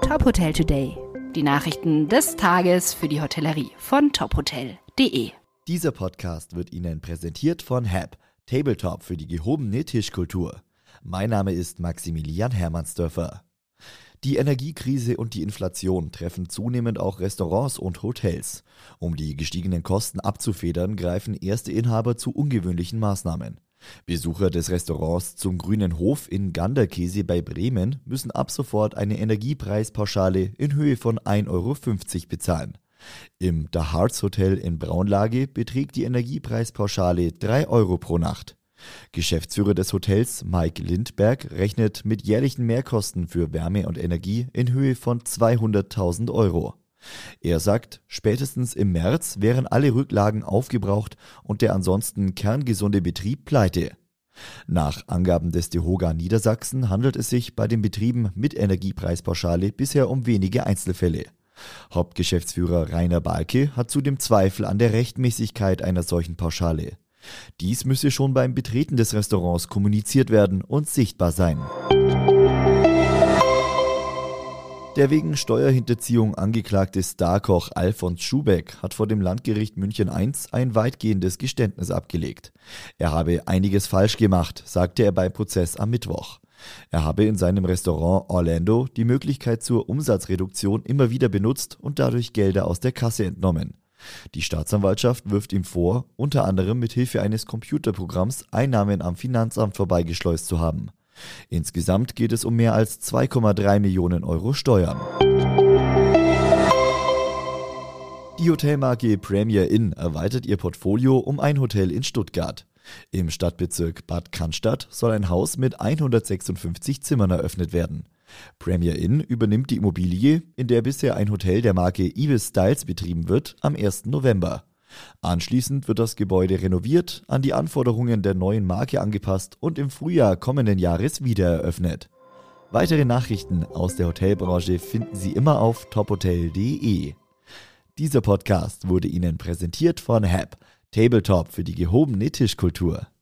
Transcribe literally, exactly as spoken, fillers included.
Top Hotel Today. Die Nachrichten des Tages für die Hotellerie von top hotel punkt de. Dieser Podcast wird Ihnen präsentiert von H A B, Tabletop für die gehobene Tischkultur. Mein Name ist Maximilian Hermannsdörfer. Die Energiekrise und die Inflation treffen zunehmend auch Restaurants und Hotels. Um die gestiegenen Kosten abzufedern, greifen erste Inhaber zu ungewöhnlichen Maßnahmen. Besucher des Restaurants Zum Grünen Hof in Ganderkesee bei Bremen müssen ab sofort eine Energiepreispauschale in Höhe von ein Euro fünfzig bezahlen. Im The Hearts Hotel in Braunlage beträgt die Energiepreispauschale drei Euro pro Nacht. Geschäftsführer des Hotels Mike Lindberg rechnet mit jährlichen Mehrkosten für Wärme und Energie in Höhe von zweihunderttausend Euro. Er sagt, spätestens im März wären alle Rücklagen aufgebraucht und der ansonsten kerngesunde Betrieb pleite. Nach Angaben des DEHOGA Niedersachsen handelt es sich bei den Betrieben mit Energiepreispauschale bisher um wenige Einzelfälle. Hauptgeschäftsführer Rainer Balke hat zudem Zweifel an der Rechtmäßigkeit einer solchen Pauschale. Dies müsse schon beim Betreten des Restaurants kommuniziert werden und sichtbar sein. Der wegen Steuerhinterziehung angeklagte Starkoch Alfons Schubeck hat vor dem Landgericht München eins ein weitgehendes Geständnis abgelegt. Er habe einiges falsch gemacht, sagte er beim Prozess am Mittwoch. Er habe in seinem Restaurant Orlando die Möglichkeit zur Umsatzreduktion immer wieder benutzt und dadurch Gelder aus der Kasse entnommen. Die Staatsanwaltschaft wirft ihm vor, unter anderem mit Hilfe eines Computerprogramms Einnahmen am Finanzamt vorbeigeschleust zu haben. Insgesamt geht es um mehr als zwei Komma drei Millionen Euro Steuern. Die Hotelmarke Premier Inn erweitert ihr Portfolio um ein Hotel in Stuttgart. Im Stadtbezirk Bad Cannstatt soll ein Haus mit hundertsechsundfünfzig Zimmern eröffnet werden. Premier Inn übernimmt die Immobilie, in der bisher ein Hotel der Marke Ibis Styles betrieben wird, am ersten November. Anschließend wird das Gebäude renoviert, an die Anforderungen der neuen Marke angepasst und im Frühjahr kommenden Jahres wieder eröffnet. Weitere Nachrichten aus der Hotelbranche finden Sie immer auf top hotel punkt de. Dieser Podcast wurde Ihnen präsentiert von H A B, Tabletop für die gehobene Tischkultur.